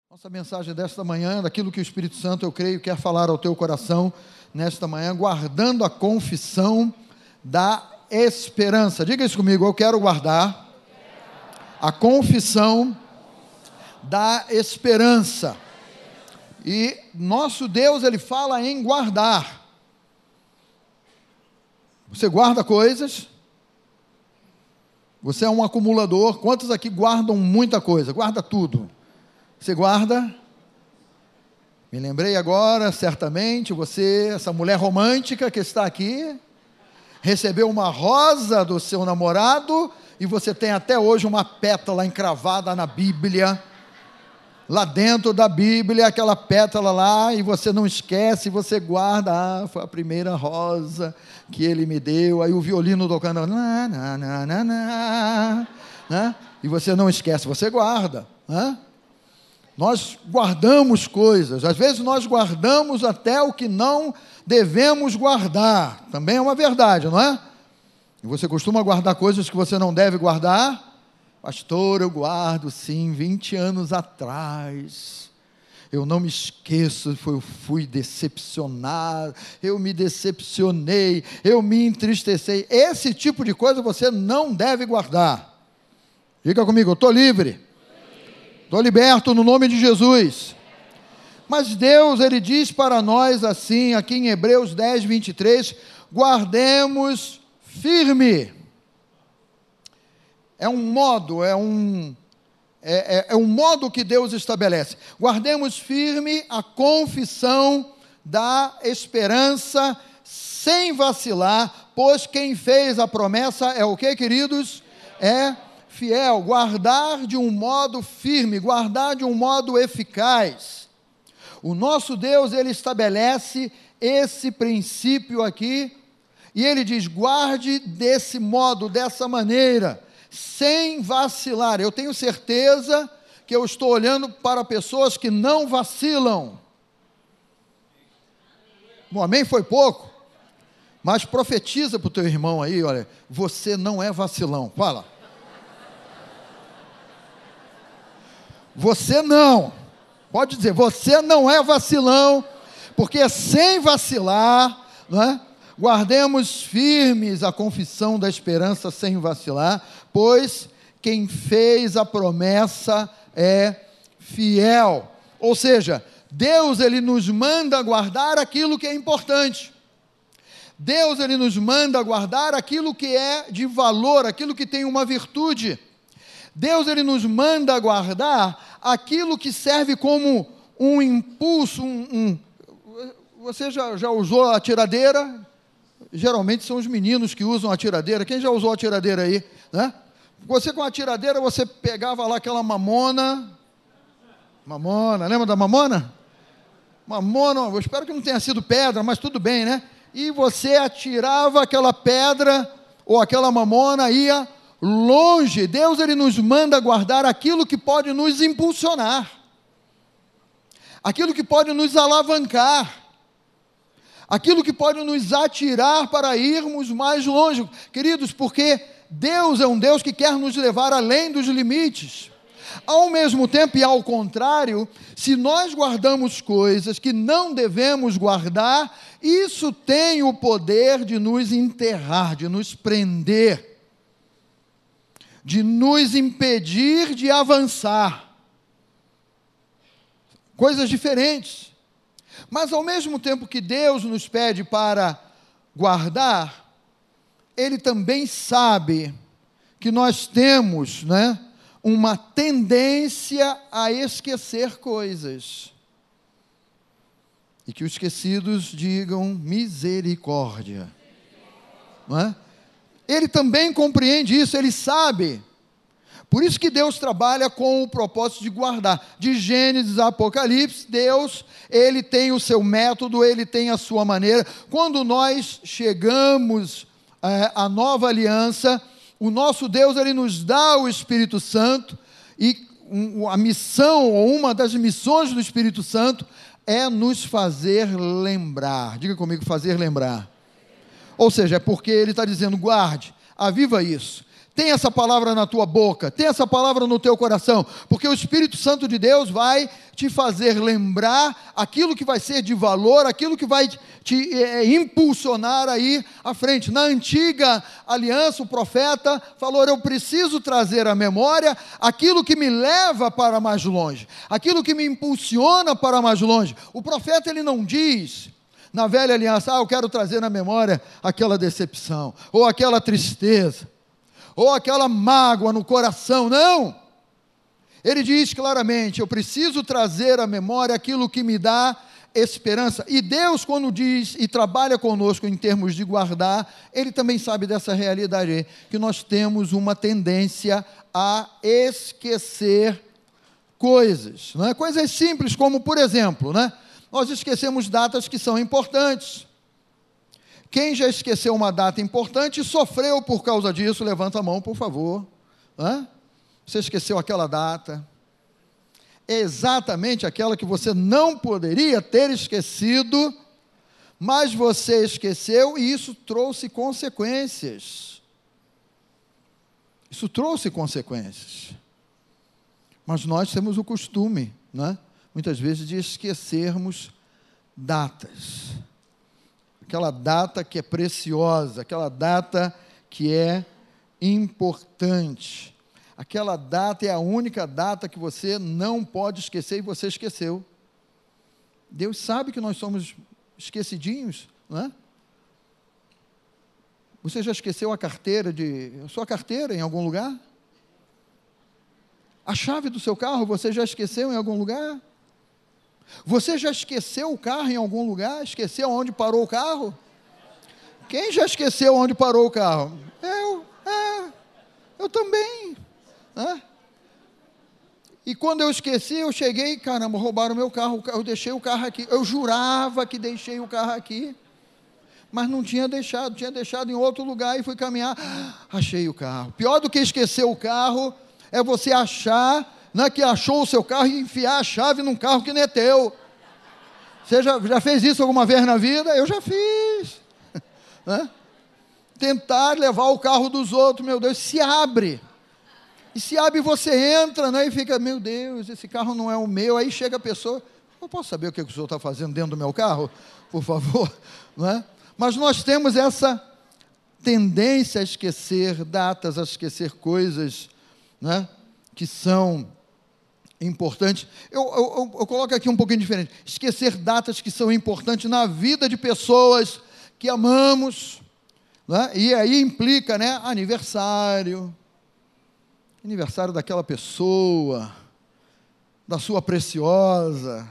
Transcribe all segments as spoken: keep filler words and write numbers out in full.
Nossa mensagem desta manhã, daquilo que o Espírito Santo, eu creio, quer falar ao teu coração nesta manhã, guardando a confissão da esperança. Diga isso comigo, eu quero guardar a confissão da esperança. E nosso Deus, Ele fala em guardar. Você guarda coisas? Você é um acumulador. Quantos aqui guardam muita coisa? Guarda tudo. Você guarda? Me lembrei agora, certamente, você, essa mulher romântica que está aqui, recebeu uma rosa do seu namorado e você tem até hoje uma pétala encravada na Bíblia, lá dentro da Bíblia, aquela pétala lá, e você não esquece, você guarda. Ah, foi a primeira rosa que ele me deu. Aí o violino tocando, na, na, na, na, na, né? E você não esquece, você guarda, né? Nós guardamos coisas, às vezes nós guardamos até o que não devemos guardar, também é uma verdade, não é? E você costuma guardar coisas que você não deve guardar? Pastor, eu guardo sim, vinte anos atrás, eu não me esqueço, eu fui decepcionado, eu me decepcionei, eu me entristeci. Esse tipo de coisa você não deve guardar. Diga comigo, eu estou livre. Estou liberto no nome de Jesus. Mas Deus, Ele diz para nós assim, aqui em Hebreus dez, vinte e três, guardemos firme. É um modo, é um, é, é, é um modo que Deus estabelece. Guardemos firme a confissão da esperança, sem vacilar, pois quem fez a promessa é o que, queridos? É fiel, guardar de um modo firme, guardar de um modo eficaz. O nosso Deus, Ele estabelece esse princípio aqui, e Ele diz, guarde desse modo, dessa maneira, sem vacilar. Eu tenho certeza que eu estou olhando para pessoas que não vacilam. O amém foi pouco, mas profetiza para o teu irmão aí, olha, você não é vacilão, fala. Você não, pode dizer, você não é vacilão, porque sem vacilar, não é? Guardemos firmes a confissão da esperança sem vacilar, pois quem fez a promessa é fiel. Ou seja, Deus, Ele nos manda guardar aquilo que é importante. Deus, Ele nos manda guardar aquilo que é de valor, aquilo que tem uma virtude. Deus, Ele nos manda guardar aquilo que serve como um impulso, um, um, você já, já usou a tiradeira? Geralmente são os meninos que usam a tiradeira. Quem já usou a tiradeira aí, né? Você com a tiradeira, você pegava lá aquela mamona, mamona, lembra da mamona? Mamona, eu espero que não tenha sido pedra, mas tudo bem, né? E você atirava aquela pedra, ou aquela mamona, ia longe. Deus, Ele nos manda guardar aquilo que pode nos impulsionar, aquilo que pode nos alavancar, aquilo que pode nos atirar para irmos mais longe, queridos, porque Deus é um Deus que quer nos levar além dos limites. Ao mesmo tempo e ao contrário, se nós guardamos coisas que não devemos guardar, isso tem o poder de nos enterrar, de nos prender, de nos impedir de avançar. Coisas diferentes. Mas ao mesmo tempo que Deus nos pede para guardar, Ele também sabe que nós temos, né, uma tendência a esquecer coisas. E que os esquecidos digam misericórdia. Não é? Ele também compreende isso, Ele sabe. Por isso que Deus trabalha com o propósito de guardar. De Gênesis a Apocalipse, Deus, Ele tem o seu método, Ele tem a sua maneira. Quando nós chegamos é, à nova aliança, o nosso Deus, Ele nos dá o Espírito Santo, e um, a missão, ou uma das missões do Espírito Santo, é nos fazer lembrar. Diga comigo, fazer lembrar. Ou seja, é porque Ele está dizendo, guarde, aviva isso. Tem essa palavra na tua boca, tem essa palavra no teu coração, porque o Espírito Santo de Deus vai te fazer lembrar aquilo que vai ser de valor, aquilo que vai te é, impulsionar aí à frente. Na antiga aliança, o profeta falou: eu preciso trazer à memória aquilo que me leva para mais longe, aquilo que me impulsiona para mais longe. O profeta, ele não diz, na velha aliança, ah, eu quero trazer na memória aquela decepção, ou aquela tristeza, ou aquela mágoa no coração. Não, ele diz claramente: eu preciso trazer à memória aquilo que me dá esperança. E Deus, quando diz e trabalha conosco em termos de guardar, Ele também sabe dessa realidade aí, que nós temos uma tendência a esquecer coisas, não é? Coisas simples, como por exemplo, né? Nós esquecemos datas que são importantes. Quem já esqueceu uma data importante e sofreu por causa disso, levanta a mão, por favor. Hã? Você esqueceu aquela data, é exatamente aquela que você não poderia ter esquecido, mas você esqueceu e isso trouxe consequências. Isso trouxe consequências. Mas nós temos o costume, né, muitas vezes, de esquecermos datas. Aquela data que é preciosa, aquela data que é importante. Aquela data é a única data que você não pode esquecer e você esqueceu. Deus sabe que nós somos esquecidinhos, não é? Você já esqueceu a carteira de, a sua carteira em algum lugar? A chave do seu carro você já esqueceu em algum lugar? Você já esqueceu o carro em algum lugar? Esqueceu onde parou o carro? Quem já esqueceu onde parou o carro? Eu, é, eu também. É? E quando eu esqueci, eu cheguei, caramba, roubaram o meu carro, eu deixei o carro aqui. Eu jurava que deixei o carro aqui, mas não tinha deixado, tinha deixado em outro lugar e fui caminhar, achei o carro. Pior do que esquecer o carro, é você achar, não é, que achou o seu carro e enfiar a chave num carro que não é teu. Você já, já fez isso alguma vez na vida? Eu já fiz. Né? Tentar levar o carro dos outros, meu Deus, se abre. E se abre, você entra, né, e fica, meu Deus, esse carro não é o meu. Aí chega a pessoa, eu posso saber o que o senhor está fazendo dentro do meu carro? Por favor. Não é? Mas nós temos essa tendência a esquecer datas, a esquecer coisas, né, que são importantes. Eu, eu, eu coloco aqui um pouquinho diferente. Esquecer datas que são importantes na vida de pessoas que amamos, né? E aí implica, né, aniversário, aniversário daquela pessoa, da sua preciosa.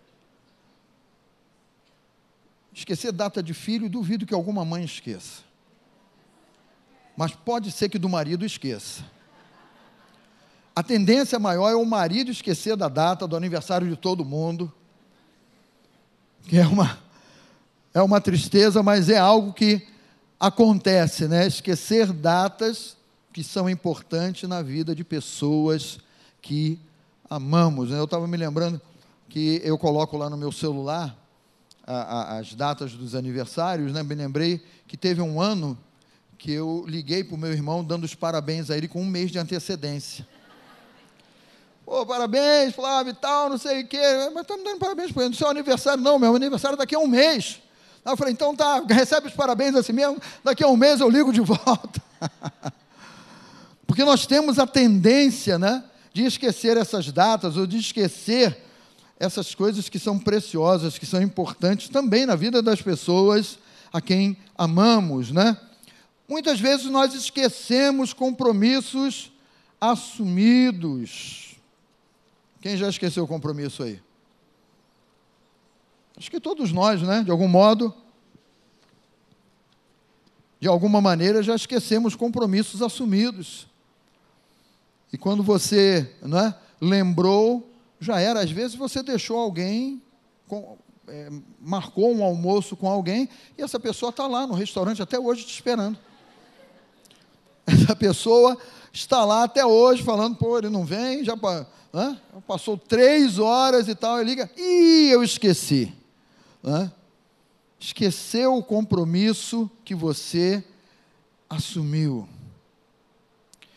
Esquecer data de filho, duvido que alguma mãe esqueça. Mas pode ser que do marido esqueça. A tendência maior é o marido esquecer da data do aniversário de todo mundo, que é uma, é uma tristeza, mas é algo que acontece, né? Esquecer datas que são importantes na vida de pessoas que amamos. Eu estava me lembrando que eu coloco lá no meu celular a, a, as datas dos aniversários, né? Me lembrei que teve um ano que eu liguei para o meu irmão dando os parabéns a ele com um mês de antecedência. Pô, parabéns, Flávio e tal, não sei o quê. Mas está me dando parabéns para ele. No seu aniversário? Não, meu aniversário daqui a um mês. Aí eu falei, então tá, recebe os parabéns assim mesmo, daqui a um mês eu ligo de volta. Porque nós temos a tendência, né, de esquecer essas datas, ou de esquecer essas coisas que são preciosas, que são importantes também na vida das pessoas a quem amamos, né? Muitas vezes nós esquecemos compromissos assumidos. Quem já esqueceu o compromisso aí? Acho que todos nós, né? De algum modo, de alguma maneira, já esquecemos compromissos assumidos. E quando você, né, lembrou, já era. Às vezes você deixou alguém, com, é, marcou um almoço com alguém, e essa pessoa está lá no restaurante até hoje te esperando. Essa pessoa está lá até hoje falando, pô, ele não vem, já né, passou três horas e tal, ele liga, ih, eu esqueci. Né? Esqueceu o compromisso que você assumiu.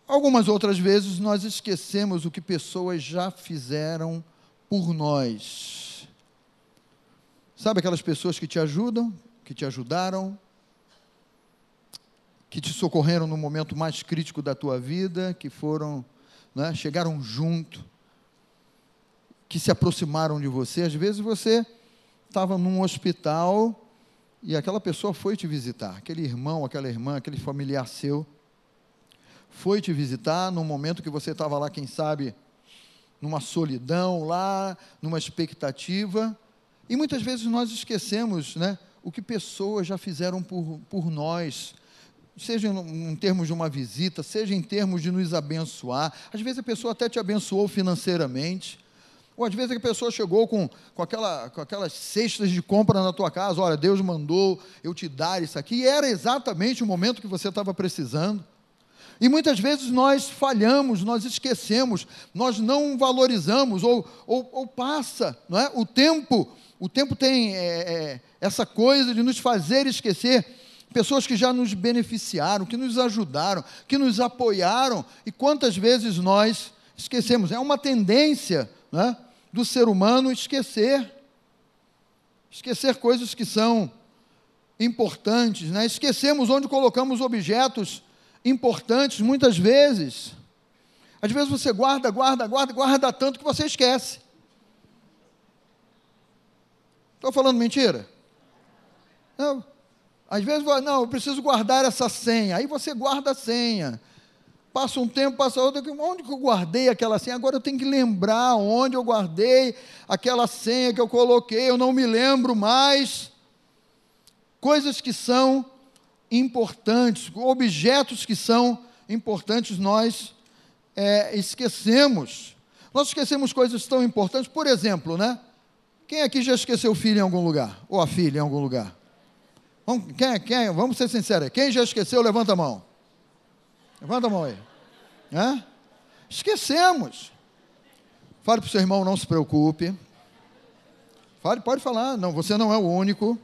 Algumas outras vezes nós esquecemos o que pessoas já fizeram por nós. Sabe aquelas pessoas que te ajudam, que te ajudaram, que te socorreram no momento mais crítico da tua vida, que foram, né, chegaram junto, que se aproximaram de você. Às vezes você estava num hospital e aquela pessoa foi te visitar, aquele irmão, aquela irmã, aquele familiar seu, foi te visitar no momento que você estava lá, quem sabe, numa solidão, lá, numa expectativa, e muitas vezes nós esquecemos, né, o que pessoas já fizeram por, por nós, seja em, em termos de uma visita, seja em termos de nos abençoar. Às vezes a pessoa até te abençoou financeiramente, ou às vezes a pessoa chegou com, com, aquela, com aquelas cestas de compra na tua casa, olha, Deus mandou eu te dar isso aqui, e era exatamente o momento que você estava precisando. E muitas vezes nós falhamos, nós esquecemos, nós não valorizamos, ou, ou, ou passa, não é? O tempo, o tempo tem é, é, essa coisa de nos fazer esquecer pessoas que já nos beneficiaram, que nos ajudaram, que nos apoiaram, e quantas vezes nós esquecemos. É uma tendência, não é, do ser humano esquecer, esquecer coisas que são importantes, né? Esquecemos onde colocamos objetos importantes, muitas vezes. Às vezes você guarda, guarda, guarda, guarda tanto que você esquece. Estou falando mentira? Não. Às vezes, não, eu preciso guardar essa senha. Aí você guarda a senha. Passa um tempo, passa outro. Onde que eu guardei aquela senha? Agora eu tenho que lembrar onde eu guardei aquela senha que eu coloquei. Eu não me lembro mais. Coisas que são importantes, objetos que são importantes, nós é, esquecemos. Nós esquecemos coisas tão importantes, por exemplo, né? Quem aqui já esqueceu o filho em algum lugar? Ou a filha em algum lugar? Vamos, quem, quem, vamos ser sinceros, quem já esqueceu, levanta a mão. Levanta a mão aí. É? Esquecemos. Fale para o seu irmão, não se preocupe. Fale, pode falar, não, você não é o único.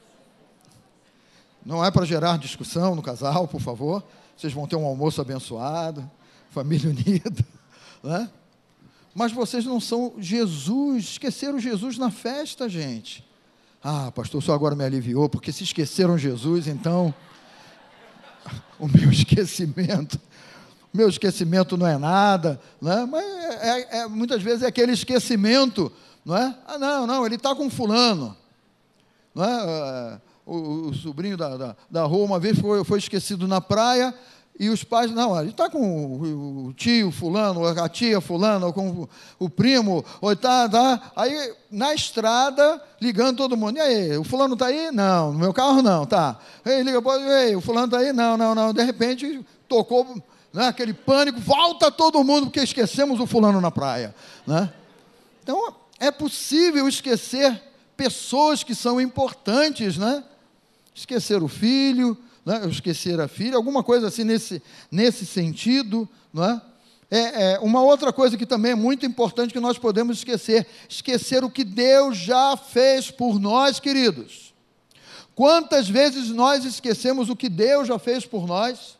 Não é para gerar discussão no casal, por favor. Vocês vão ter um almoço abençoado, família unida, né? Mas vocês não são Jesus, esqueceram Jesus na festa, gente. Ah, pastor, só agora me aliviou, porque se esqueceram Jesus, então o meu esquecimento, meu esquecimento não é nada, né? Mas é, é, é, muitas vezes é aquele esquecimento, não é? Ah, não, não, ele está com fulano, não é? O, o sobrinho da, da, da rua uma vez foi, foi esquecido na praia, e os pais, não, ele está com o, o tio fulano, ou a tia fulano, ou com o, o primo, ou tá, tá, aí na estrada, ligando todo mundo, e aí, o fulano está aí? Não, no meu carro não, tá, ei, liga, ei, o fulano está aí? Não, não, não, de repente, tocou, né, aquele pânico, volta todo mundo, porque esquecemos o fulano na praia, né? Então, é possível esquecer pessoas que são importantes, né? Esquecer o filho, né? Esquecer a filha, alguma coisa assim nesse, nesse sentido, não é? É, é? Uma outra coisa que também é muito importante que nós podemos esquecer, esquecer o que Deus já fez por nós, queridos. Quantas vezes nós esquecemos o que Deus já fez por nós?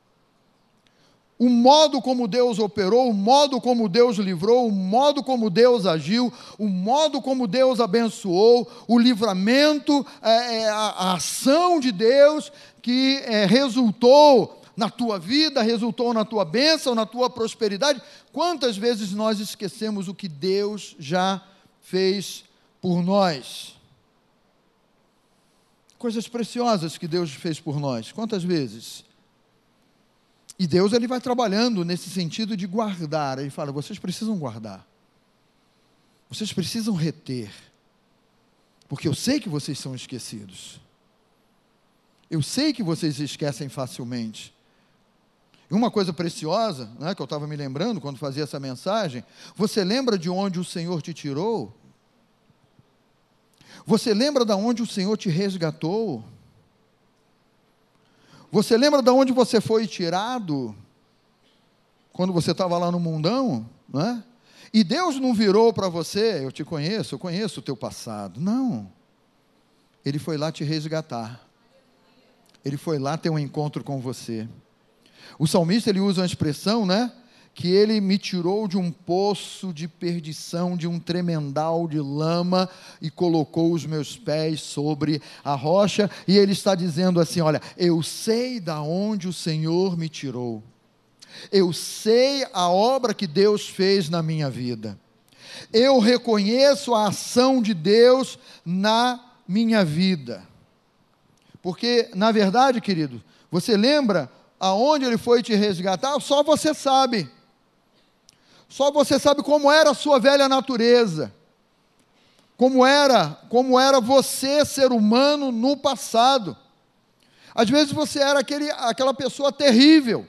O modo como Deus operou, o modo como Deus livrou, o modo como Deus agiu, o modo como Deus abençoou, o livramento, é, a, a ação de Deus que é, resultou na tua vida, resultou na tua bênção, na tua prosperidade. Quantas vezes nós esquecemos o que Deus já fez por nós? Coisas preciosas que Deus fez por nós. Quantas vezes? E Deus, ele vai trabalhando nesse sentido de guardar. Ele fala, vocês precisam guardar. Vocês precisam reter. Porque eu sei que vocês são esquecidos. Eu sei que vocês esquecem facilmente. E uma coisa preciosa, né, que eu estava me lembrando quando fazia essa mensagem, você lembra de onde o Senhor te tirou? Você lembra de onde o Senhor te resgatou? Você lembra de onde você foi tirado? Quando você estava lá no mundão, não é? E Deus não virou para você, eu te conheço, eu conheço o teu passado. Não. Ele foi lá te resgatar. Ele foi lá ter um encontro com você. O salmista, ele usa uma expressão, né? Que ele me tirou de um poço de perdição, de um tremendal de lama, e colocou os meus pés sobre a rocha, e ele está dizendo assim, olha, eu sei da onde o Senhor me tirou, eu sei a obra que Deus fez na minha vida, eu reconheço a ação de Deus na minha vida, porque, na verdade, querido, você lembra aonde Ele foi te resgatar? Só você sabe, só você sabe como era a sua velha natureza, como era, como era você, ser humano, no passado. Às vezes você era aquele, aquela pessoa terrível,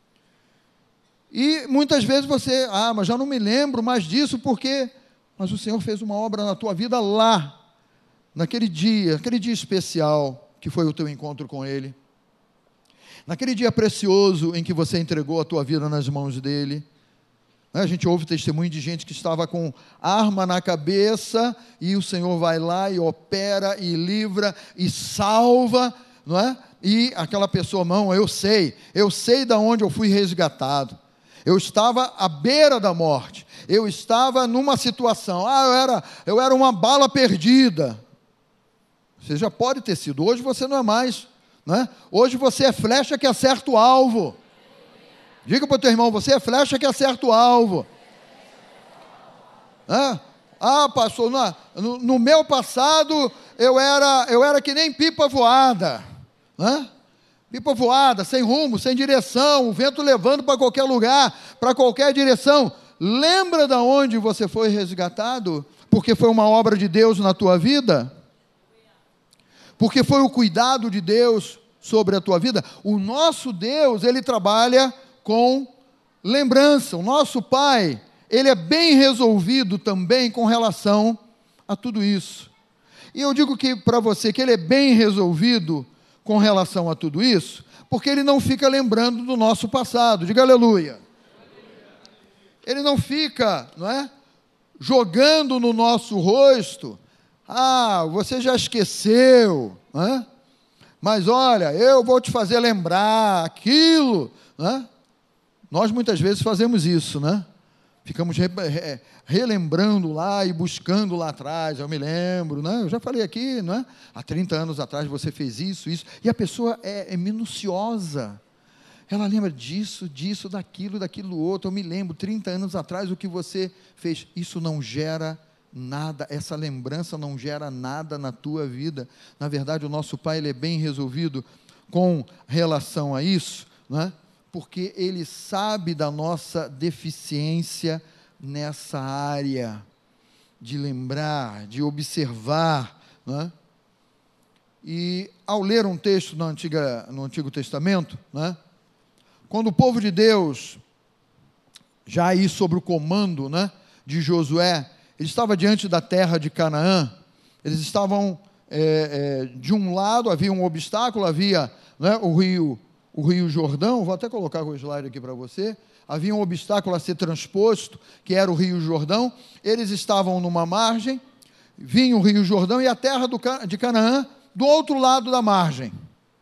e muitas vezes você, ah, mas já não me lembro mais disso, porque, mas o Senhor fez uma obra na tua vida lá, naquele dia, aquele dia especial, que foi o teu encontro com Ele, naquele dia precioso, em que você entregou a tua vida nas mãos dEle. A gente ouve testemunho de gente que estava com arma na cabeça, e o Senhor vai lá e opera, e livra, e salva, não é? E aquela pessoa, não, eu sei, eu sei de onde eu fui resgatado, eu estava à beira da morte, eu estava numa situação, ah, eu era, eu era uma bala perdida. Você já pode ter sido, hoje você não é mais, não é? Hoje você é flecha que acerta o alvo. Diga para o teu irmão, você é flecha que acerta o alvo. É? Ah, pastor, no, no meu passado eu era, eu era que nem pipa voada. É? Pipa voada, sem rumo, sem direção, o vento levando para qualquer lugar, para qualquer direção. Lembra de onde você foi resgatado? Porque foi uma obra de Deus na tua vida? Porque foi o cuidado de Deus sobre a tua vida? O nosso Deus, Ele trabalha com lembrança. O nosso Pai, Ele é bem resolvido também com relação a tudo isso. E eu digo que para você que Ele é bem resolvido com relação a tudo isso, porque Ele não fica lembrando do nosso passado. Diga aleluia. Ele não fica, não é, jogando no nosso rosto, ah, você já esqueceu, não é? Mas olha, eu vou te fazer lembrar aquilo, não é? Nós muitas vezes fazemos isso, né? Ficamos re, re, relembrando lá e buscando lá atrás, eu me lembro, né? Eu já falei aqui, né? Há trinta anos atrás você fez isso, isso, e a pessoa é, é minuciosa, ela lembra disso, disso, daquilo, daquilo outro, eu me lembro, trinta anos atrás o que você fez, isso não gera nada, essa lembrança não gera nada na tua vida. Na verdade, o nosso Pai, Ele é bem resolvido com relação a isso, não é? Porque Ele sabe da nossa deficiência nessa área, de lembrar, de observar, não é? E ao ler um texto no, Antiga, no Antigo Testamento, não é? Quando o povo de Deus, já aí sob o comando, né, de Josué, ele estava diante da terra de Canaã, eles estavam, é, é, de um lado havia um obstáculo, havia, né, o rio o rio Jordão, vou até colocar o slide aqui para você, havia um obstáculo a ser transposto, que era o rio Jordão, eles estavam numa margem, vinha o rio Jordão e a terra do, de Canaã do outro lado da margem.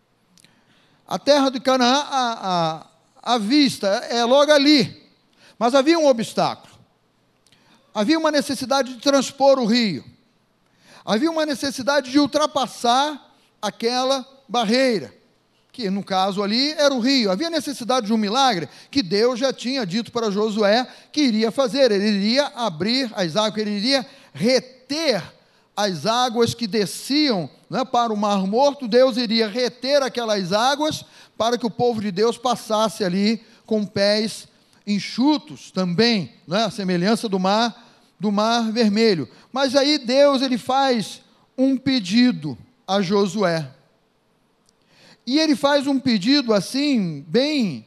A terra de Canaã, a, a, a vista, é logo ali, mas havia um obstáculo, havia uma necessidade de transpor o rio, havia uma necessidade de ultrapassar aquela barreira, que no caso ali era o rio. Havia necessidade de um milagre que Deus já tinha dito para Josué que iria fazer, ele iria abrir as águas, ele iria reter as águas que desciam, né, para o Mar Morto. Deus iria reter aquelas águas para que o povo de Deus passasse ali com pés enxutos também, né, a semelhança do mar, do mar Vermelho. Mas aí Deus, ele faz um pedido a Josué. E ele faz um pedido assim, bem,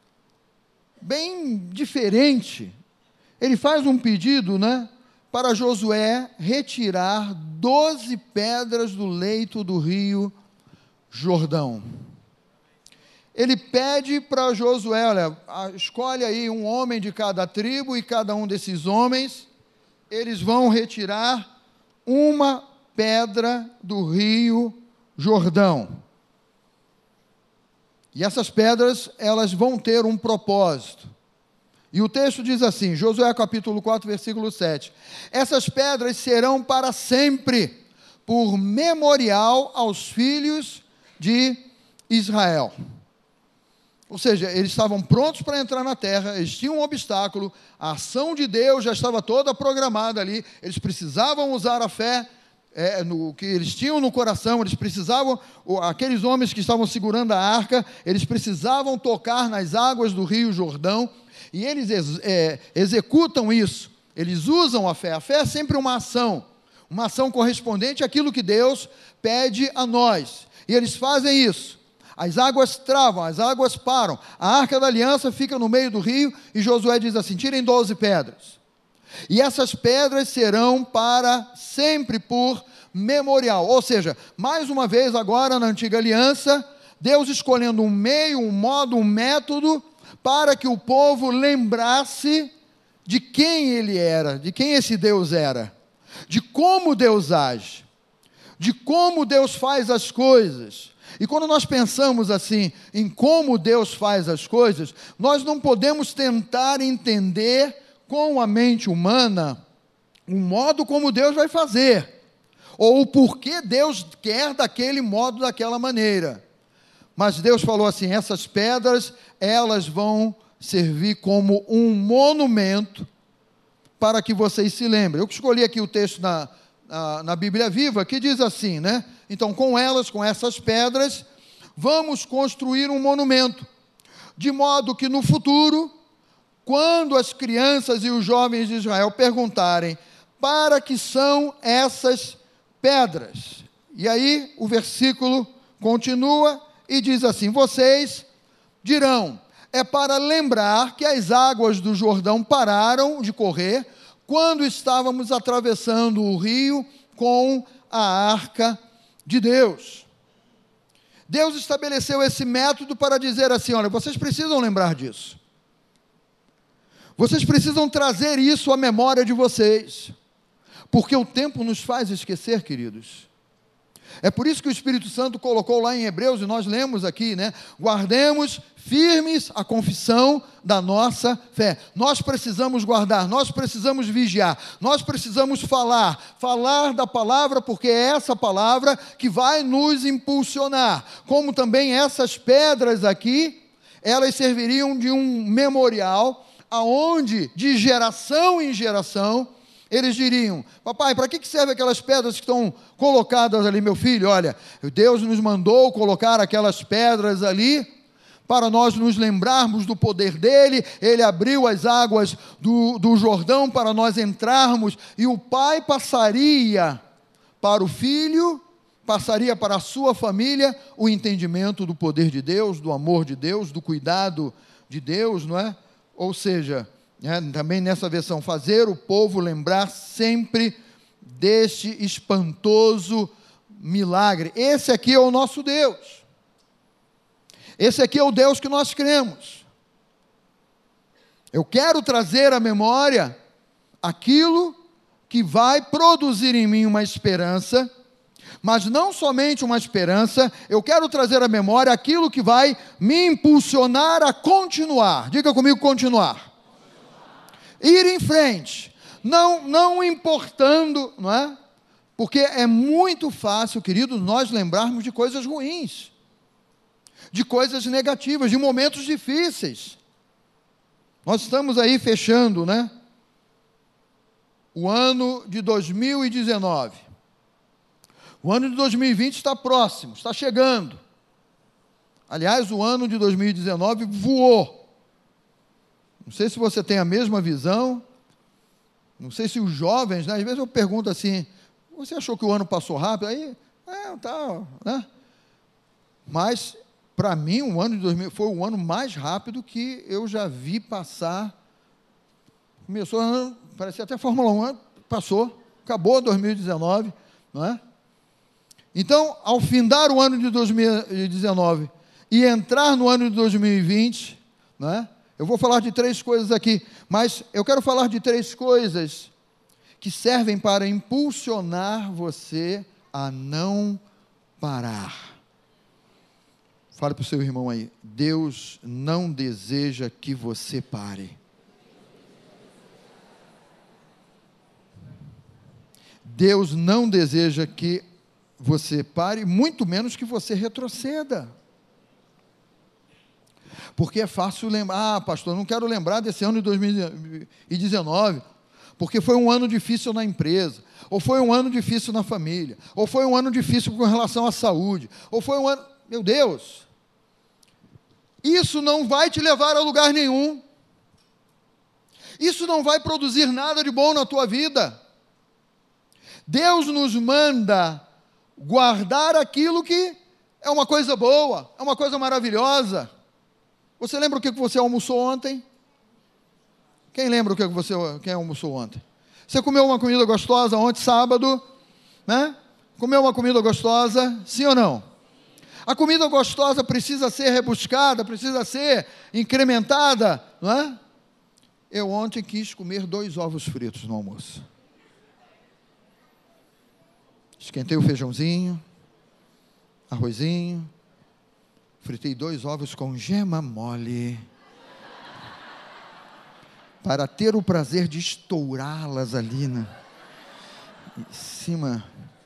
bem diferente. Ele faz um pedido, né, para Josué retirar doze pedras do leito do rio Jordão. Ele pede para Josué, olha, escolhe aí um homem de cada tribo, e cada um desses homens, eles vão retirar uma pedra do rio Jordão. E essas pedras, elas vão ter um propósito. E o texto diz assim, Josué capítulo quatro, versículo sete. Essas pedras serão para sempre, por memorial aos filhos de Israel. Ou seja, eles estavam prontos para entrar na terra, eles tinham um obstáculo, a ação de Deus já estava toda programada ali, eles precisavam usar a fé, é, no que eles tinham no coração, eles precisavam, aqueles homens que estavam segurando a arca, eles precisavam tocar nas águas do rio Jordão, e eles ex, é, executam isso, eles usam a fé. A fé é sempre uma ação, uma ação correspondente àquilo que Deus pede a nós, e eles fazem isso. As águas travam, as águas param, a arca da aliança fica no meio do rio, e Josué diz assim, tirem doze pedras, e essas pedras serão para sempre por memorial. Ou seja, mais uma vez agora na antiga aliança, Deus escolhendo um meio, um modo, um método, para que o povo lembrasse de quem ele era, de quem esse Deus era, de como Deus age, de como Deus faz as coisas. E quando nós pensamos assim, em como Deus faz as coisas, nós não podemos tentar entender com a mente humana o modo como Deus vai fazer, ou o porquê Deus quer daquele modo, daquela maneira. Mas Deus falou assim, essas pedras, elas vão servir como um monumento para que vocês se lembrem. Eu escolhi aqui o texto na, na, na Bíblia Viva, que diz assim, né? Então, com elas, com essas pedras, vamos construir um monumento, de modo que no futuro, quando as crianças e os jovens de Israel perguntarem, para que são essas pedras? E aí, o versículo continua e diz assim, vocês dirão, é para lembrar que as águas do Jordão pararam de correr, quando estávamos atravessando o rio com a arca de Deus. Deus estabeleceu esse método para dizer assim, olha, vocês precisam lembrar disso. Vocês precisam trazer isso à memória de vocês, porque o tempo nos faz esquecer, queridos. É por isso que o Espírito Santo colocou lá em Hebreus, e nós lemos aqui, né? Guardemos firmes a confissão da nossa fé. Nós precisamos guardar, nós precisamos vigiar, nós precisamos falar, falar da palavra, porque é essa palavra que vai nos impulsionar. Como também essas pedras aqui, elas serviriam de um memorial, aonde, de geração em geração, eles diriam, papai, para que servem aquelas pedras que estão colocadas ali, meu filho? Olha, Deus nos mandou colocar aquelas pedras ali, para nós nos lembrarmos do poder dele. Ele abriu as águas do, do Jordão para nós entrarmos, e o pai passaria para o filho, passaria para a sua família, o entendimento do poder de Deus, do amor de Deus, do cuidado de Deus, não é? Ou seja, é, também nessa versão, fazer o povo lembrar sempre deste espantoso milagre. Esse aqui é o nosso Deus. Esse aqui é o Deus que nós cremos. Eu quero trazer à memória aquilo que vai produzir em mim uma esperança, mas não somente uma esperança, eu quero trazer à memória aquilo que vai me impulsionar a continuar. Diga comigo, continuar. Ir em frente, não, não importando, não é? Porque é muito fácil, queridos, nós lembrarmos de coisas ruins, de coisas negativas, de momentos difíceis. Nós estamos aí fechando, né? O ano de dois mil e dezenove. O ano de dois mil e vinte está próximo, está chegando. Aliás, o ano de dois mil e dezenove voou. Não sei se você tem a mesma visão, não sei se os jovens, né? Às vezes eu pergunto assim, você achou que o ano passou rápido? Aí, é, tá, né? Mas, para mim, o ano de dois mil foi o ano mais rápido que eu já vi passar. Começou, parecia até Fórmula um, passou, acabou dois mil e dezenove, não é? Então, ao findar o ano de dois mil e dezenove e entrar no ano de dois mil e vinte, não é? Eu vou falar de três coisas aqui, mas eu quero falar de três coisas que servem para impulsionar você a não parar. Fale para o seu irmão aí, Deus não deseja que você pare. Deus não deseja que você pare, muito menos que você retroceda. Porque é fácil lembrar, ah, pastor, não quero lembrar desse ano de dois mil e dezenove, porque foi um ano difícil na empresa, ou foi um ano difícil na família, ou foi um ano difícil com relação à saúde, ou foi um ano... Meu Deus, isso não vai te levar a lugar nenhum, isso não vai produzir nada de bom na tua vida. Deus nos manda guardar aquilo que é uma coisa boa, é uma coisa maravilhosa. Você lembra o que você almoçou ontem? Quem lembra o que você quem almoçou ontem? Você comeu uma comida gostosa ontem, sábado, né? Comeu uma comida gostosa, sim ou não? A comida gostosa precisa ser rebuscada, precisa ser incrementada, não é? Eu ontem quis comer dois ovos fritos no almoço. Esquentei o feijãozinho, arrozinho, fritei dois ovos com gema mole, para ter o prazer de estourá-las ali, né, em cima.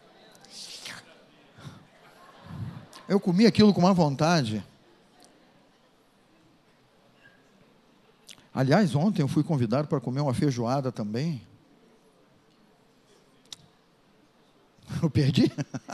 Eu comi aquilo com uma vontade. Aliás, ontem eu fui convidado para comer uma feijoada também. Eu perdi?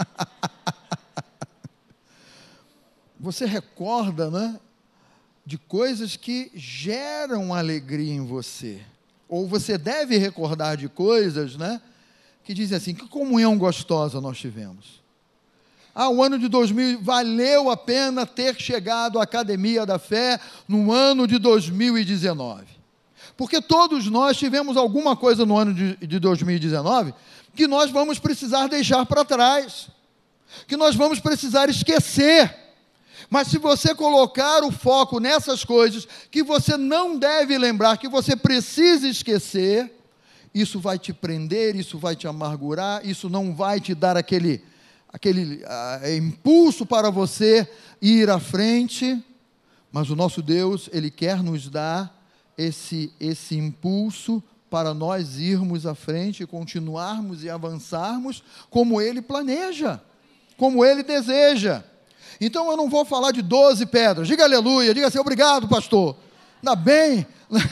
Você recorda, né, de coisas que geram alegria em você. Ou você deve recordar de coisas, né, que dizem assim, que comunhão gostosa nós tivemos. Ah, o ano de dois mil, valeu a pena ter chegado à Academia da Fé no ano de dois mil e dezenove. Porque todos nós tivemos alguma coisa no ano de, de dois mil e dezenove que nós vamos precisar deixar para trás, que nós vamos precisar esquecer. Mas se você colocar o foco nessas coisas que você não deve lembrar, que você precisa esquecer, isso vai te prender, isso vai te amargurar, isso não vai te dar aquele, aquele uh, impulso para você ir à frente. Mas o nosso Deus, Ele quer nos dar esse, esse impulso para nós irmos à frente, continuarmos e avançarmos como Ele planeja, como Ele deseja. Então eu não vou falar de doze pedras, diga aleluia, diga assim, obrigado pastor, ainda bem,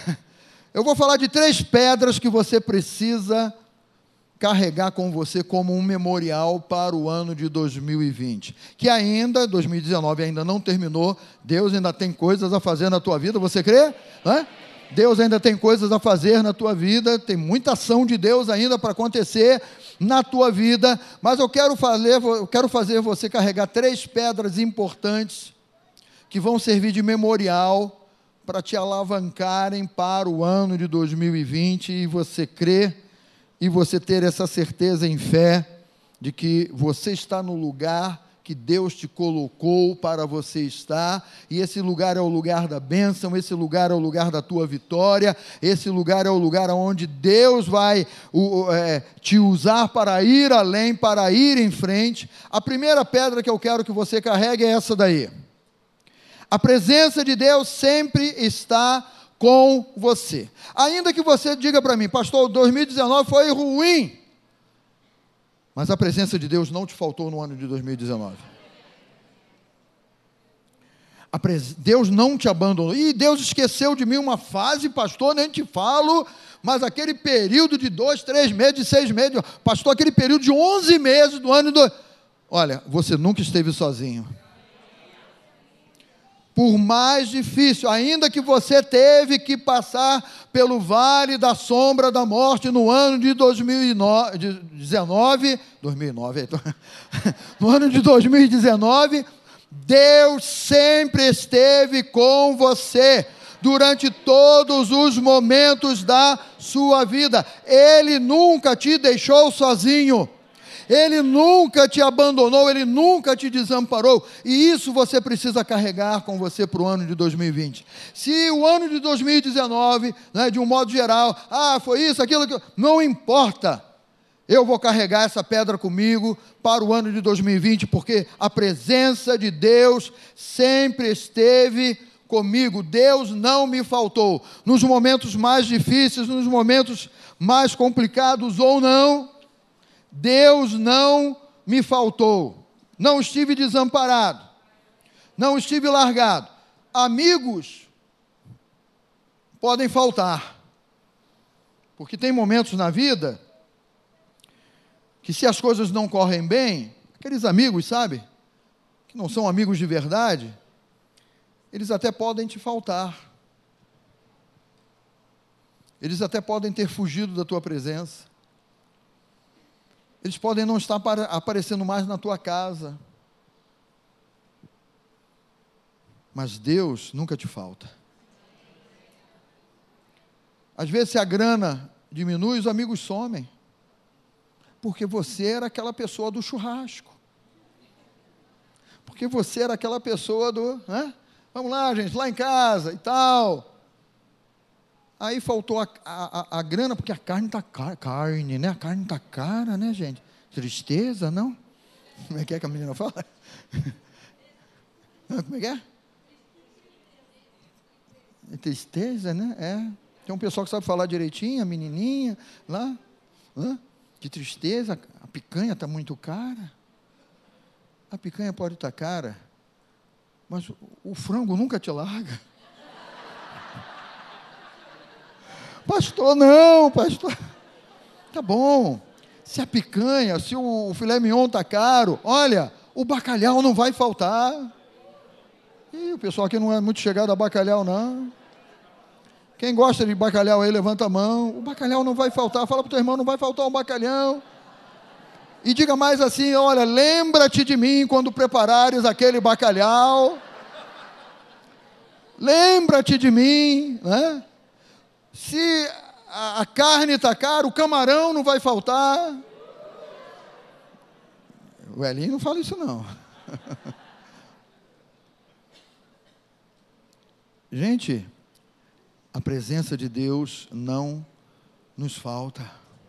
eu vou falar de três pedras que você precisa carregar com você como um memorial para o ano de dois mil e vinte, que ainda, dois mil e dezenove ainda não terminou, Deus ainda tem coisas a fazer na tua vida, você crê? Hã? Deus ainda tem coisas a fazer na tua vida, tem muita ação de Deus ainda para acontecer na tua vida, mas eu quero fazer, eu quero fazer você carregar três pedras importantes, que vão servir de memorial, para te alavancarem para o ano de dois mil e vinte, e você crer, e você ter essa certeza em fé, de que você está no lugar que Deus te colocou para você estar, e esse lugar é o lugar da bênção, esse lugar é o lugar da tua vitória, esse lugar é o lugar onde Deus vai o, é, te usar para ir além, para ir em frente. A primeira pedra que eu quero que você carregue é essa daí. A presença de Deus sempre está com você. Ainda que você diga para mim, pastor, dois mil e dezenove foi ruim, mas a presença de Deus não te faltou no ano de dois mil e dezenove. A pres... Deus não te abandonou. E Deus esqueceu de mim uma fase, pastor, nem te falo, mas aquele período de dois, três meses, de seis meses, pastor, aquele período de onze meses do ano do... Olha, você nunca esteve sozinho. Por mais difícil, ainda que você teve que passar pelo vale da sombra da morte no ano de dois mil e dezenove, dois mil e nove, no ano de dois mil e dezenove, Deus sempre esteve com você, durante todos os momentos da sua vida. Ele nunca te deixou sozinho. Ele nunca te abandonou, Ele nunca te desamparou, e isso você precisa carregar com você para o ano de dois mil e vinte. Se o ano de dois mil e dezenove, né, de um modo geral, ah, foi isso, aquilo, aquilo, não importa, Eu vou carregar essa pedra comigo para o ano de dois mil e vinte, porque a presença de Deus sempre esteve comigo. Deus não me faltou. Nos momentos mais difíceis, nos momentos mais complicados ou não, Deus não me faltou. Não estive desamparado. Não estive largado. Amigos podem faltar. Porque tem momentos na vida que, se as coisas não correm bem, aqueles amigos, sabe, que não são amigos de verdade, eles até podem te faltar. Eles até podem ter fugido da tua presença. Eles podem não estar aparecendo mais na tua casa. Mas Deus nunca te falta. Às vezes, se a grana diminui, os amigos somem. Porque você era aquela pessoa do churrasco. Porque você era aquela pessoa do, né? Vamos lá, gente, lá em casa e tal. Aí faltou a, a, a grana, porque a carne está cara, carne, né? A carne está cara, né, gente? Tristeza, não? Como é que é que a menina fala? Como é que é? É tristeza, né? É. Tem um pessoal que sabe falar direitinho, a menininha lá. Hã? Que tristeza, a picanha está muito cara. A picanha pode estar tá cara, mas o, o frango nunca te larga. Pastor, não, pastor. Tá bom. Se a picanha, se o, o filé mignon está caro, olha, o bacalhau não vai faltar. E o pessoal aqui não é muito chegado a bacalhau, não. Quem gosta de bacalhau aí, levanta a mão. O bacalhau não vai faltar. Fala para o teu irmão, não vai faltar um bacalhau. E diga mais assim, olha, lembra-te de mim quando preparares aquele bacalhau. Lembra-te de mim, né? Se a, a carne está cara, o camarão não vai faltar. O Elinho não fala isso, não. Gente, a presença de Deus não nos falta.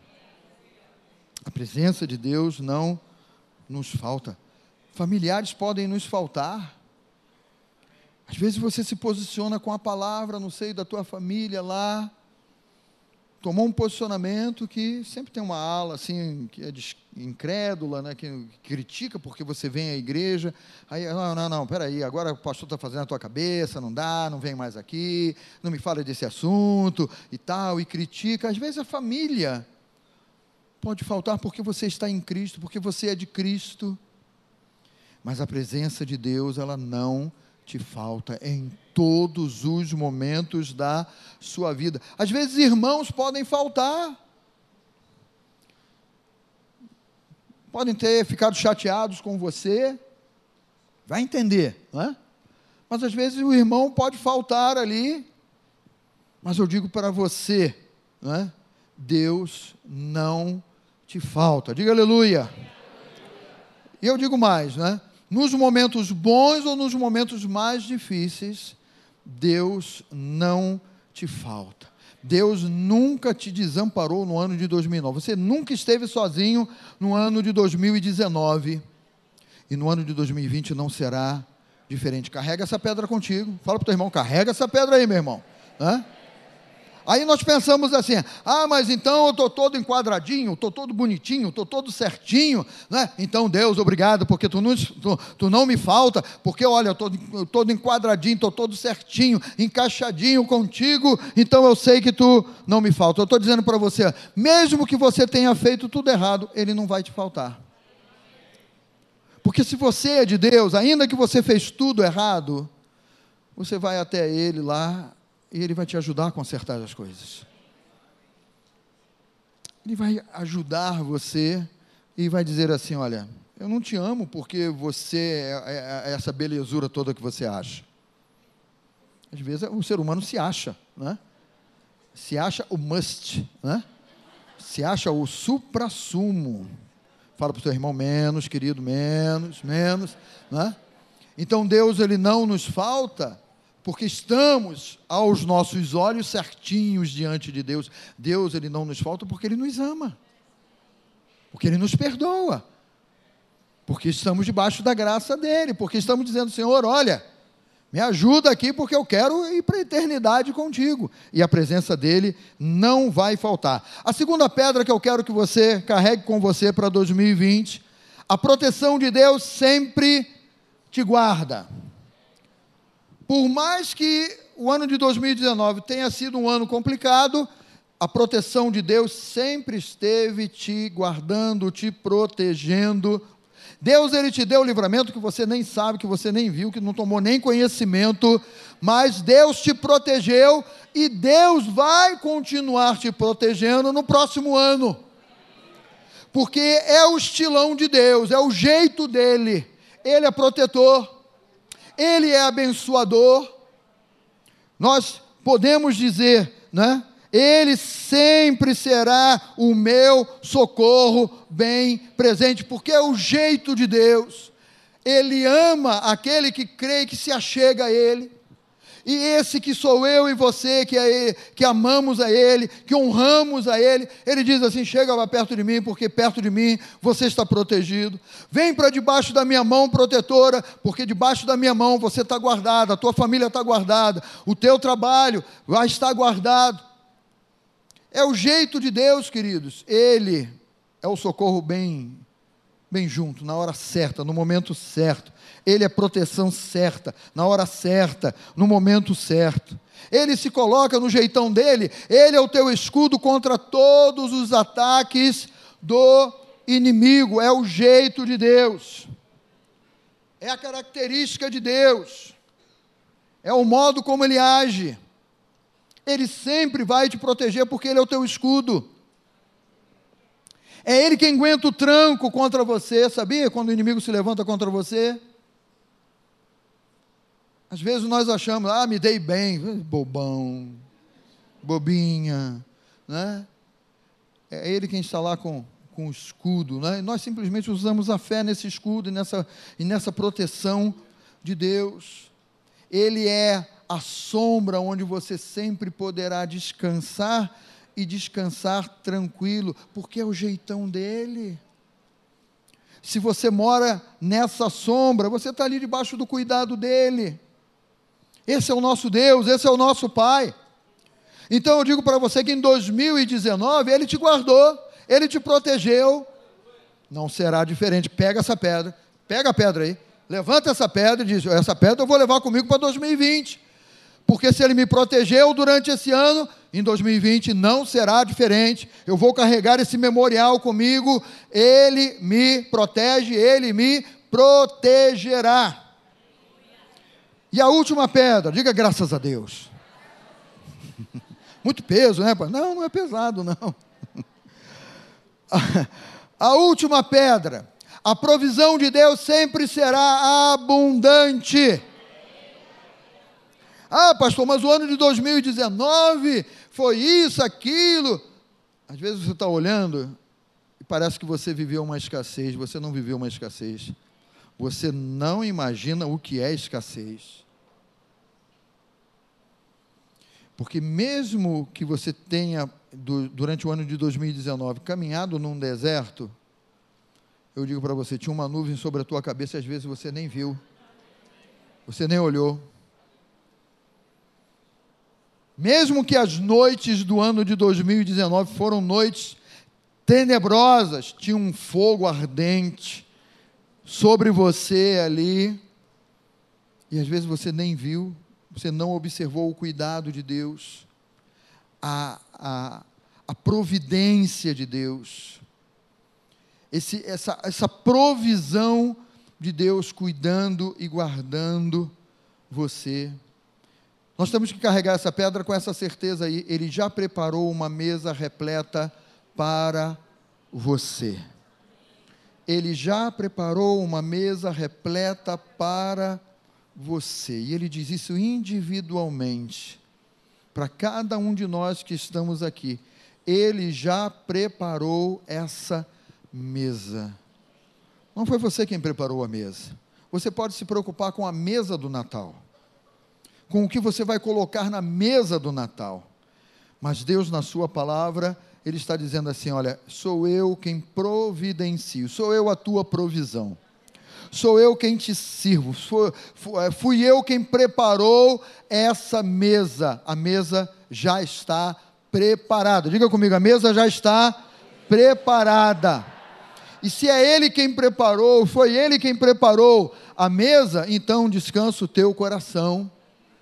A presença de Deus não nos falta. Familiares podem nos faltar. Às vezes você se posiciona com a palavra no seio da tua família lá, tomou um posicionamento que sempre tem uma ala assim, que é incrédula, né, que critica porque você vem à igreja, aí, não, não, não, peraí, agora o pastor está fazendo a tua cabeça, não dá, não vem mais aqui, não me fala desse assunto, e tal, e critica. Às vezes a família pode faltar porque você está em Cristo, porque você é de Cristo, mas a presença de Deus, ela não te falta em todos os momentos da sua vida. Às vezes irmãos podem faltar, podem ter ficado chateados com você, vai entender, não é? Mas às vezes o irmão pode faltar ali, mas eu digo para você, não é? Deus não te falta, diga aleluia. E eu digo mais, né? Nos momentos bons ou nos momentos mais difíceis, Deus não te falta. Deus nunca te desamparou no ano de dois mil e nove. Você nunca esteve sozinho no ano de dois mil e dezenove. E no ano de dois mil e vinte não será diferente. Carrega essa pedra contigo. Fala para o teu irmão, carrega essa pedra aí, meu irmão. Hã? Aí nós pensamos assim, ah, mas então eu estou todo enquadradinho, estou todo bonitinho, estou todo certinho, né? Então Deus, obrigado, porque tu não, tu, tu não me falta, porque olha, eu estou todo enquadradinho, estou todo certinho, encaixadinho contigo, então eu sei que tu não me falta. Eu estou dizendo para você, mesmo que você tenha feito tudo errado, Ele não vai te faltar. Porque se você é de Deus, ainda que você fez tudo errado, você vai até Ele lá, e Ele vai te ajudar a consertar as coisas. Ele vai ajudar você e vai dizer assim, olha, eu não te amo porque você é, é essa belezura toda que você acha. Às vezes o ser humano se acha, né? Se acha o must, né? Se acha o suprassumo. Fala para o seu irmão, menos, querido, menos, menos, né? Então Deus, Ele não nos falta, porque estamos aos nossos olhos certinhos diante de Deus. Deus, Ele não nos falta porque Ele nos ama. Porque Ele nos perdoa, porque estamos debaixo da graça dEle, porque estamos dizendo, Senhor, olha, me ajuda aqui porque eu quero ir para a eternidade contigo, e a presença dEle não vai faltar. A segunda pedra que eu quero que você carregue com você para dois mil e vinte, a proteção de Deus sempre te guarda. Por mais que o ano de dois mil e dezenove tenha sido um ano complicado, a proteção de Deus sempre esteve te guardando, te protegendo. Deus, Ele te deu o livramento que você nem sabe, que você nem viu, que não tomou nem conhecimento, mas Deus te protegeu e Deus vai continuar te protegendo no próximo ano, porque é o estilão de Deus, é o jeito dEle. Ele é protetor, Ele é abençoador. Nós podemos dizer, né? Ele sempre será o meu socorro bem presente, porque é o jeito de Deus. Ele ama aquele que crê e que se achega a Ele, e esse que sou eu e você, que, é ele, que amamos a Ele, que honramos a Ele, Ele diz assim, chega lá perto de mim, porque perto de mim você está protegido. Vem para debaixo da minha mão protetora, porque debaixo da minha mão você está guardado, a tua família está guardada, o teu trabalho vai estar guardado. É o jeito de Deus, queridos. Ele é o socorro bem, bem junto, na hora certa, no momento certo. Ele é proteção certa, na hora certa, no momento certo. Ele se coloca no jeitão dele, ele é o teu escudo contra todos os ataques do inimigo. É o jeito de Deus, é a característica de Deus, é o modo como Ele age. Ele sempre vai te proteger, porque Ele é o teu escudo. É Ele quem aguenta o tranco contra você, sabia? Quando o inimigo se levanta contra você. Às vezes nós achamos, ah, me dei bem, bobão, bobinha, né? É Ele quem está lá com, com o escudo, né? E nós simplesmente usamos a fé nesse escudo e nessa, e nessa proteção de Deus. Ele é a sombra onde você sempre poderá descansar, e descansar tranquilo, porque é o jeitão dEle. Se você mora nessa sombra, você está ali debaixo do cuidado dEle. Esse é o nosso Deus, esse é o nosso Pai. Então eu digo para você que em dois mil e dezenove, Ele te guardou, Ele te protegeu, não será diferente. Pega essa pedra, pega a pedra aí, levanta essa pedra e diz, essa pedra eu vou levar comigo para dois mil e vinte, porque se Ele me protegeu durante esse ano, em dois mil e vinte não será diferente. Eu vou carregar esse memorial comigo. Ele me protege, Ele me protegerá. E a última pedra, diga graças a Deus. Muito peso, né? Não, não é pesado, não. A última pedra, a provisão de Deus sempre será abundante. Ah, pastor, mas o ano de dois mil e dezenove foi isso, aquilo. Às vezes você está olhando e parece que você viveu uma escassez. Você não viveu uma escassez. Você não imagina o que é escassez. Porque mesmo que você tenha, durante o ano de dois mil e dezenove, caminhado num deserto, eu digo para você, tinha uma nuvem sobre a tua cabeça e às vezes você nem viu. Você nem olhou. Mesmo que as noites do ano de dois mil e dezenove foram noites tenebrosas, tinha um fogo ardente sobre você ali, e às vezes você nem viu, você não observou o cuidado de Deus, a, a, a providência de Deus, esse, essa, essa provisão de Deus cuidando e guardando você. Nós temos que carregar essa pedra com essa certeza aí, Ele já preparou uma mesa repleta para você. Ele já preparou uma mesa repleta para você. E Ele diz isso individualmente, para cada um de nós que estamos aqui. Ele já preparou essa mesa. Não foi você quem preparou a mesa. Você pode se preocupar com a mesa do Natal, com o que você vai colocar na mesa do Natal. Mas Deus, na sua palavra, Ele está dizendo assim: olha, sou eu quem providencio, sou eu a tua provisão, sou eu quem te sirvo, fui, fui eu quem preparou essa mesa, a mesa já está preparada. Diga comigo, a mesa já está preparada. E se é Ele quem preparou, foi Ele quem preparou a mesa, então descansa o teu coração.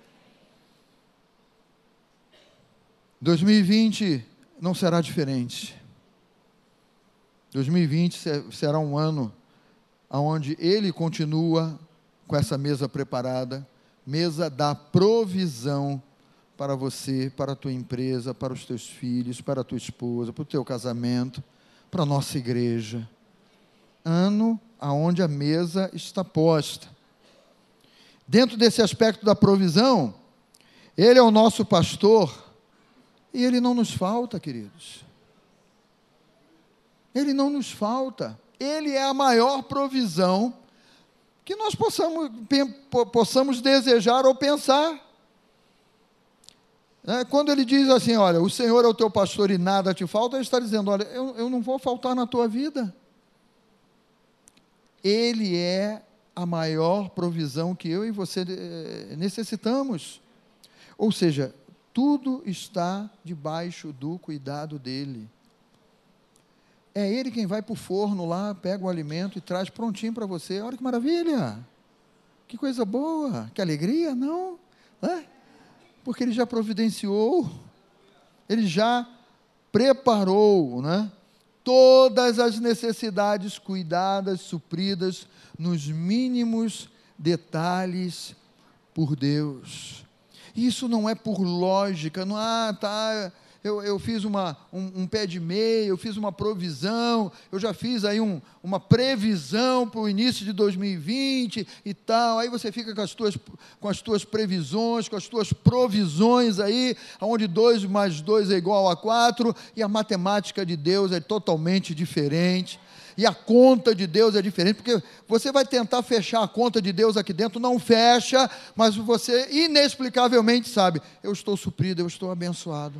dois mil e vinte não será diferente. dois mil e vinte será um ano onde Ele continua com essa mesa preparada, mesa da provisão para você, para a tua empresa, para os teus filhos, para a tua esposa, para o teu casamento, para a nossa igreja. Ano aonde a mesa está posta. Dentro desse aspecto da provisão, Ele é o nosso pastor, e Ele não nos falta, queridos. Ele não nos falta. Ele é a maior provisão que nós possamos, possamos desejar ou pensar. É, quando Ele diz assim, olha, o Senhor é o teu pastor e nada te falta, Ele está dizendo, olha, eu, eu não vou faltar na tua vida. Ele é a maior provisão que eu e você necessitamos. Ou seja, tudo está debaixo do cuidado dEle. É Ele quem vai para o forno lá, pega o alimento e traz prontinho para você. Olha que maravilha! Que coisa boa! Que alegria, não? É? Porque Ele já providenciou, Ele já preparou, né? Todas as necessidades cuidadas, supridas, nos mínimos detalhes por Deus. Isso não é por lógica, não, ah, tá, eu, eu fiz uma, um, um pé de meia, eu fiz uma provisão, eu já fiz aí um, uma previsão para o início de dois mil e vinte e tal, aí você fica com as tuas, com as tuas previsões, com as tuas provisões aí, onde dois mais dois é igual a quatro, e a matemática de Deus é totalmente diferente. E a conta de Deus é diferente, porque você vai tentar fechar a conta de Deus aqui dentro, não fecha, mas você inexplicavelmente sabe, eu estou suprido, eu estou abençoado.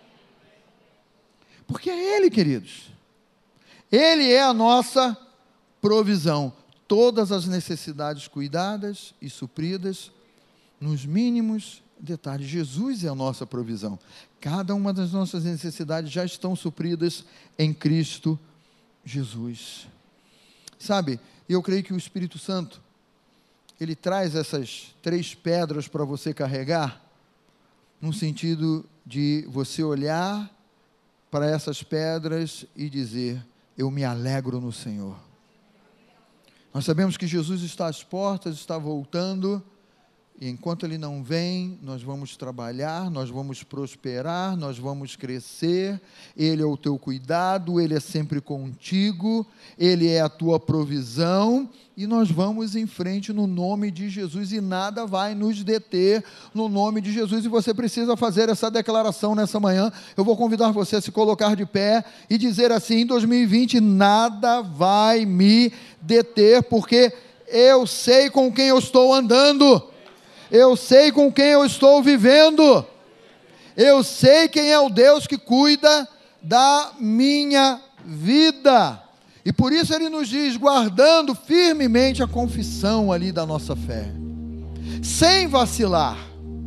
Porque é Ele, queridos. Ele é a nossa provisão. Todas as necessidades cuidadas e supridas, nos mínimos detalhes. Jesus é a nossa provisão. Cada uma das nossas necessidades já estão supridas em Cristo Jesus. Sabe, eu creio que o Espírito Santo, ele traz essas três pedras para você carregar, no sentido de você olhar para essas pedras e dizer, eu me alegro no Senhor. Nós sabemos que Jesus está às portas, está voltando, e enquanto Ele não vem, nós vamos trabalhar, nós vamos prosperar, nós vamos crescer. Ele é o teu cuidado, Ele é sempre contigo, Ele é a tua provisão, e nós vamos em frente no nome de Jesus, e nada vai nos deter no nome de Jesus, e você precisa fazer essa declaração nessa manhã. Eu vou convidar você a se colocar de pé e dizer assim, em dois mil e vinte, nada vai me deter, porque eu sei com quem eu estou andando, eu sei com quem eu estou vivendo, eu sei quem é o Deus que cuida da minha vida, e por isso Ele nos diz, guardando firmemente a confissão ali da nossa fé, sem vacilar,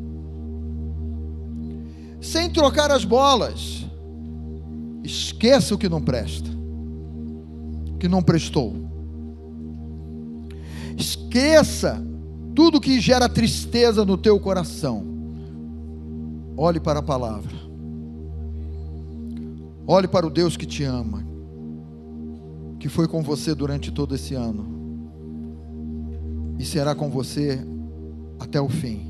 sem trocar as bolas. Esqueça o que não presta, o que não prestou, esqueça tudo que gera tristeza no teu coração. Olhe para a palavra, olhe para o Deus que te ama, que foi com você durante todo esse ano, e será com você até o fim.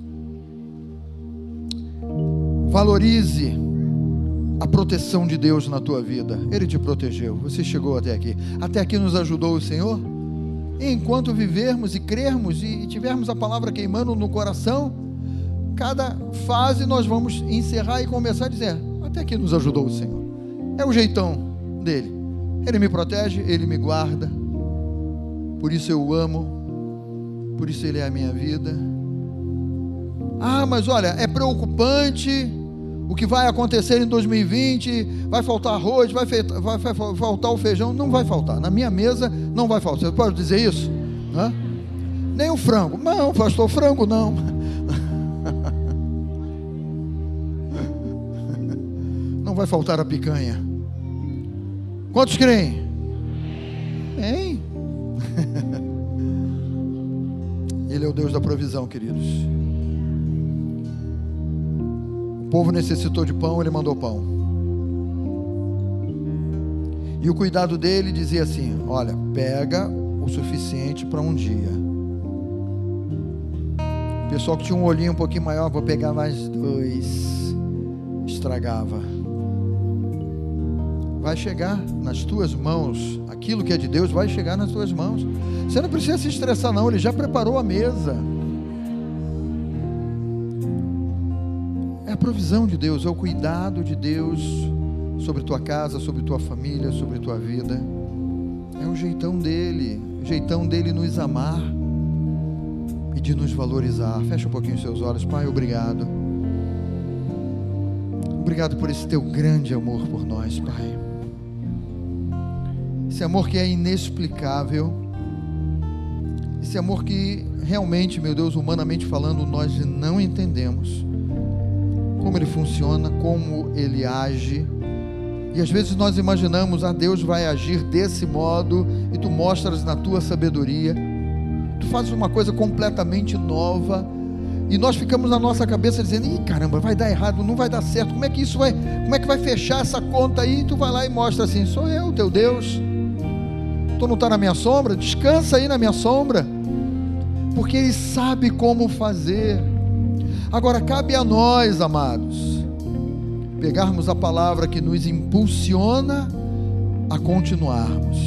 Valorize a proteção de Deus na tua vida. Ele te protegeu, você chegou até aqui, até aqui nos ajudou o Senhor. E enquanto vivermos e crermos e tivermos a palavra queimando no coração, cada fase nós vamos encerrar e começar a dizer, até aqui nos ajudou o Senhor. É o jeitão dele, Ele me protege, Ele me guarda, por isso eu o amo, por isso Ele é a minha vida. Ah, mas olha, é preocupante o que vai acontecer em dois mil e vinte, vai faltar arroz, vai, fe... vai, vai faltar o feijão. Não vai faltar, na minha mesa não vai faltar. Você pode dizer isso? Hã? Nem o frango. Não, pastor, frango não. Não vai faltar a picanha. Quantos creem? Hein? Ele é o Deus da provisão, queridos. O povo necessitou de pão, ele mandou pão. E o cuidado dele dizia assim: olha, pega o suficiente para um dia. O pessoal que tinha um olhinho um pouquinho maior, vou pegar mais dois. Estragava. Vai chegar nas tuas mãos, aquilo que é de Deus vai chegar nas tuas mãos. Você não precisa se estressar não, Ele já preparou a mesa. É a provisão de Deus, é o cuidado de Deus sobre tua casa, sobre tua família, sobre tua vida. É o jeitão dele, o jeitão dele nos amar e de nos valorizar. Fecha um pouquinho os seus olhos. Pai, obrigado. Obrigado por esse teu grande amor por nós, Pai. Esse amor que é inexplicável, esse amor que realmente, meu Deus, humanamente falando, nós não entendemos como ele funciona, como ele age, e às vezes nós imaginamos, ah, Deus vai agir desse modo, e tu mostras na tua sabedoria, tu fazes uma coisa completamente nova, e nós ficamos na nossa cabeça dizendo: ih, caramba, vai dar errado, não vai dar certo, como é que isso vai, como é que vai fechar essa conta aí? E tu vai lá e mostra assim: sou eu, teu Deus. Tu não está na minha sombra? Descansa aí na minha sombra, porque Ele sabe como fazer. Agora cabe a nós, amados, pegarmos a palavra que nos impulsiona a continuarmos,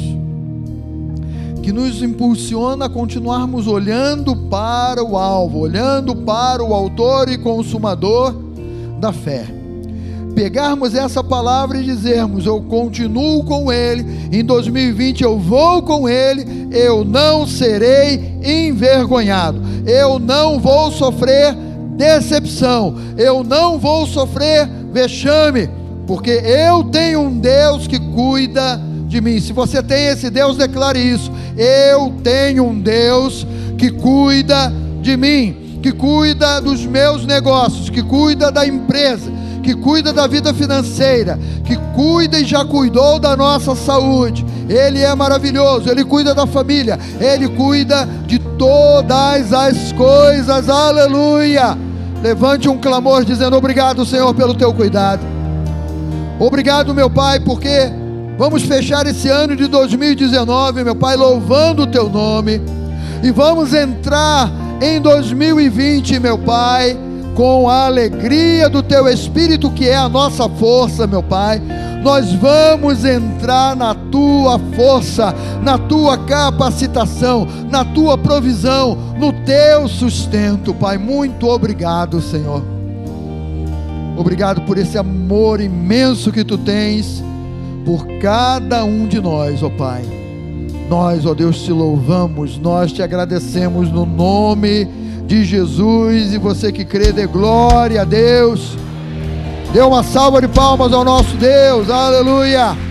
que nos impulsiona a continuarmos olhando para o alvo, olhando para o autor e consumador da fé. Pegarmos essa palavra e dizermos: eu continuo com Ele, em dois mil e vinte eu vou com Ele, eu não serei envergonhado, eu não vou sofrer decepção, eu não vou sofrer vexame, porque eu tenho um Deus que cuida de mim. Se você tem esse Deus, declare isso: eu tenho um Deus que cuida de mim, que cuida dos meus negócios, que cuida da empresa, que cuida da vida financeira, que cuida e já cuidou da nossa saúde. Ele é maravilhoso, Ele cuida da família, Ele cuida de todas as coisas. Aleluia! Levante um clamor dizendo: obrigado, Senhor, pelo teu cuidado. Obrigado, meu Pai, porque vamos fechar esse ano de dois mil e dezenove, meu Pai, louvando o teu nome, e vamos entrar em dois mil e vinte, meu Pai, com a alegria do teu Espírito, que é a nossa força, meu Pai. Nós vamos entrar na tua força, na tua capacitação, na tua provisão, no teu sustento, Pai. Muito obrigado, Senhor. Obrigado por esse amor imenso que tu tens por cada um de nós, ó Pai. Nós, ó Deus, te louvamos, nós te agradecemos no nome de Jesus. E você que crê, dê glória a Deus. Dê uma salva de palmas ao nosso Deus. Aleluia.